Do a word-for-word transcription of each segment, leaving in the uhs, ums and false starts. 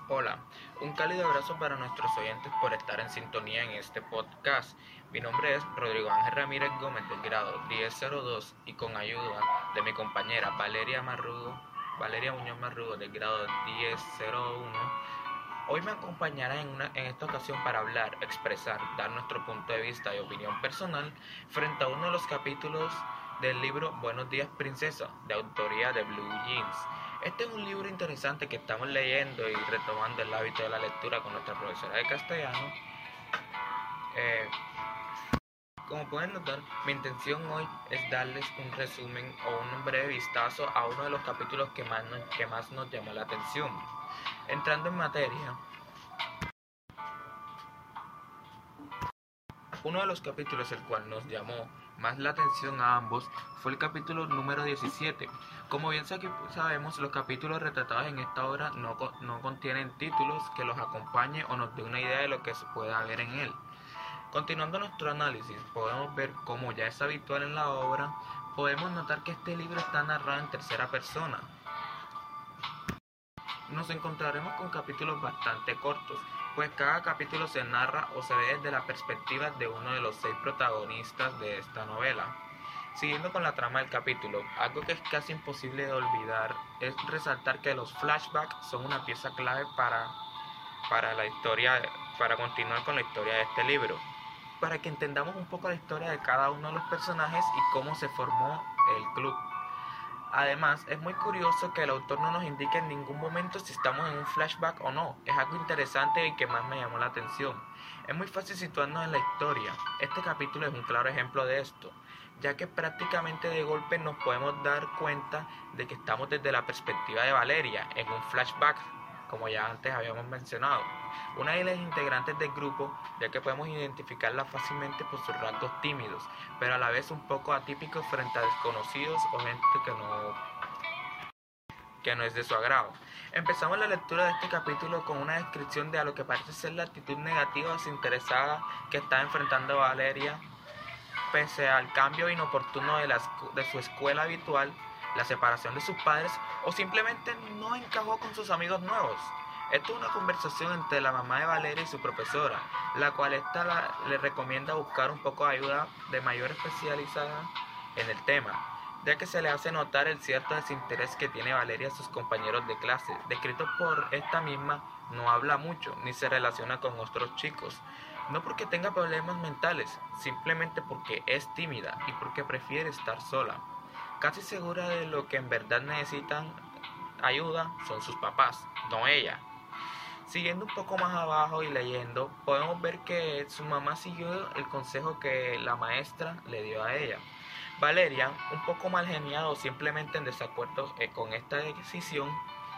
Hola, un cálido abrazo para nuestros oyentes por estar en sintonía en este podcast. Mi nombre es Rodrigo Ángel Ramírez Gómez del grado diez cero dos y con ayuda de mi compañera Valeria Marrudo, Valeria Muñoz Marrudo del grado diez cero uno, hoy me acompañará en, una, en esta ocasión para hablar, expresar, dar nuestro punto de vista y opinión personal frente a uno de los capítulos del libro Buenos días Princesa, de autoría de Blue Jeans. Este es un libro interesante que estamos leyendo y retomando el hábito de la lectura con nuestra profesora de castellano. Eh, como pueden notar, mi intención hoy es darles un resumen o un breve vistazo a uno de los capítulos que más nos, que más nos llamó la atención. Entrando en materia, uno de los capítulos el cual nos llamó más la atención a ambos fue el capítulo número diecisiete. Como bien sabemos, los capítulos retratados en esta obra no, no contienen títulos que los acompañe o nos dé una idea de lo que se puede ver en él. Continuando nuestro análisis, podemos ver, como ya es habitual en la obra, podemos notar que este libro está narrado en tercera persona. Nos encontraremos con capítulos bastante cortos, pues cada capítulo se narra o se ve desde la perspectiva de uno de los seis protagonistas de esta novela. Siguiendo con la trama del capítulo, algo que es casi imposible de olvidar es resaltar que los flashbacks son una pieza clave para, para la historia, para continuar con la historia de este libro, para que entendamos un poco la historia de cada uno de los personajes y cómo se formó el club. Además, es muy curioso que el autor no nos indique en ningún momento si estamos en un flashback o no. Es algo interesante y que más me llamó la atención. Es muy fácil situarnos en la historia. Este capítulo es un claro ejemplo de esto, ya que prácticamente de golpe nos podemos dar cuenta de que estamos desde la perspectiva de Valeria, en un flashback, como ya antes habíamos mencionado, una de las integrantes del grupo, ya que podemos identificarla fácilmente por sus rasgos tímidos, pero a la vez un poco atípicos frente a desconocidos o gente que no, que no es de su agrado. Empezamos la lectura de este capítulo con una descripción de a lo que parece ser la actitud negativa o desinteresada que está enfrentando Valeria, pese al cambio inoportuno de, la, de su escuela habitual, la separación de sus padres o simplemente no encajó con sus amigos nuevos. Esto es una conversación entre la mamá de Valeria y su profesora, la cual esta la, le recomienda buscar un poco de ayuda de mayor especializada en el tema, ya que se le hace notar el cierto desinterés que tiene Valeria a sus compañeros de clase. Descrito por esta misma, no habla mucho ni se relaciona con otros chicos, no porque tenga problemas mentales, simplemente porque es tímida y porque prefiere estar sola. Casi segura de lo que en verdad necesitan ayuda son sus papás, no ella. Siguiendo un poco más abajo y leyendo, podemos ver que su mamá siguió el consejo que la maestra le dio a ella. Valeria, un poco mal geniada o simplemente en desacuerdo con esta decisión,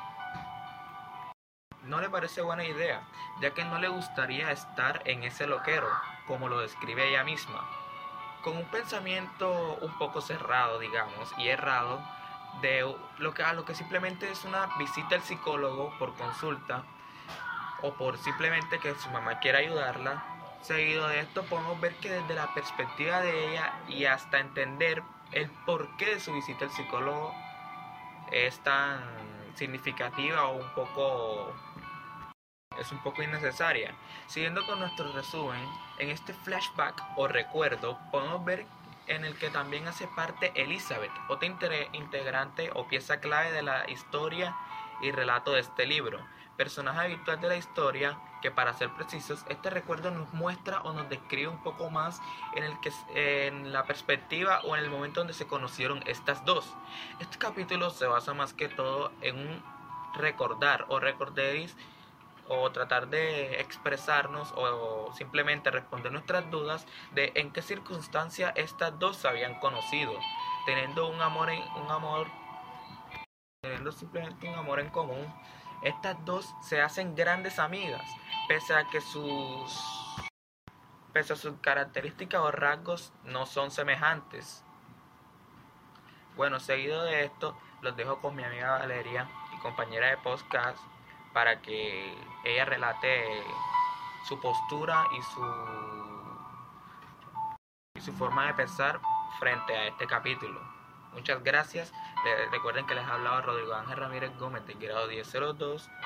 no le parece buena idea, ya que no le gustaría estar en ese loquero, como lo describe ella misma, con un pensamiento un poco cerrado, digamos, y errado, de lo que, a lo que simplemente es una visita al psicólogo por consulta, o por simplemente que su mamá quiera ayudarla. Seguido de esto podemos ver que desde la perspectiva de ella y hasta entender el porqué de su visita al psicólogo es tan significativa o un poco es un poco innecesaria. Siguiendo con nuestro resumen, en este flashback o recuerdo podemos ver en el que también hace parte Elizabeth, otra integrante o pieza clave de la historia y relato de este libro, personaje habitual de la historia que, para ser precisos, este recuerdo nos muestra o nos describe un poco más en, el que, en la perspectiva o en el momento donde se conocieron estas dos. Este capítulo se basa más que todo en un recordar o recordéis o tratar de expresarnos o simplemente responder nuestras dudas de en qué circunstancia estas dos se habían conocido, teniendo un amor en, un amor teniendo simplemente un amor en común. Estas dos se hacen grandes amigas, pese a que sus pese a sus características o rasgos no son semejantes. Bueno, seguido de esto, los dejo con mi amiga Valeria y compañera de podcast para que ella relate su postura y su y su forma de pensar frente a este capítulo. Muchas gracias. Recuerden que les hablaba Rodrigo Ángel Ramírez Gómez del grado diez cero dos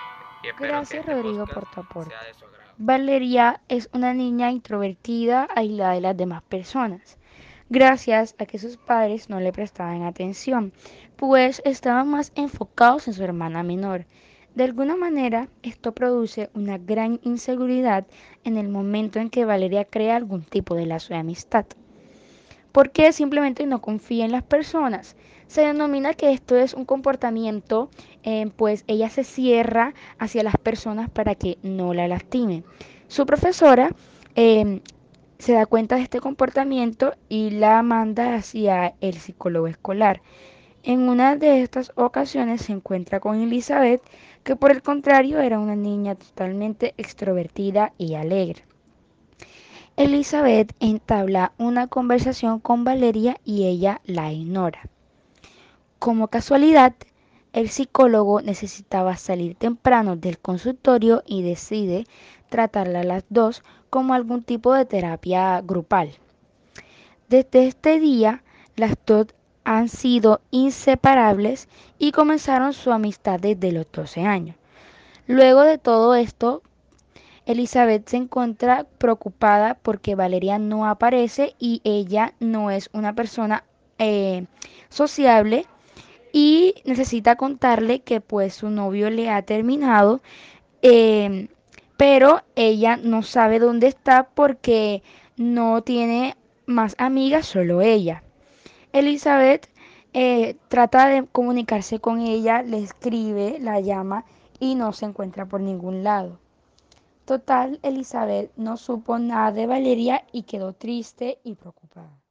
y espero que Gracias, este Rodrigo, por podcast tu aporte. sea de su agrado. Valeria es una niña introvertida, aislada de las demás personas, gracias a que sus padres no le prestaban atención, pues estaban más enfocados en su hermana menor. De alguna manera, esto produce una gran inseguridad en el momento en que Valeria crea algún tipo de lazo de amistad, porque simplemente no confía en las personas. Se denomina que esto es un comportamiento, eh, pues ella se cierra hacia las personas para que no la lastimen. Su profesora eh, se da cuenta de este comportamiento y la manda hacia el psicólogo escolar. En una de estas ocasiones se encuentra con Elizabeth, que por el contrario era una niña totalmente extrovertida y alegre. Elizabeth entabla una conversación con Valeria y ella la ignora. Como casualidad, el psicólogo necesitaba salir temprano del consultorio y decide tratarla a las dos como algún tipo de terapia grupal. Desde este día, las dos han sido inseparables y comenzaron su amistad desde los doce años. Luego de todo esto, Elizabeth se encuentra preocupada porque Valeria no aparece y ella no es una persona eh, sociable y necesita contarle que pues su novio le ha terminado, eh, pero ella no sabe dónde está porque no tiene más amigas, solo ella. Elizabeth eh, trata de comunicarse con ella, le escribe, la llama y no se encuentra por ningún lado. Total, Elizabeth no supo nada de Valeria y quedó triste y preocupada.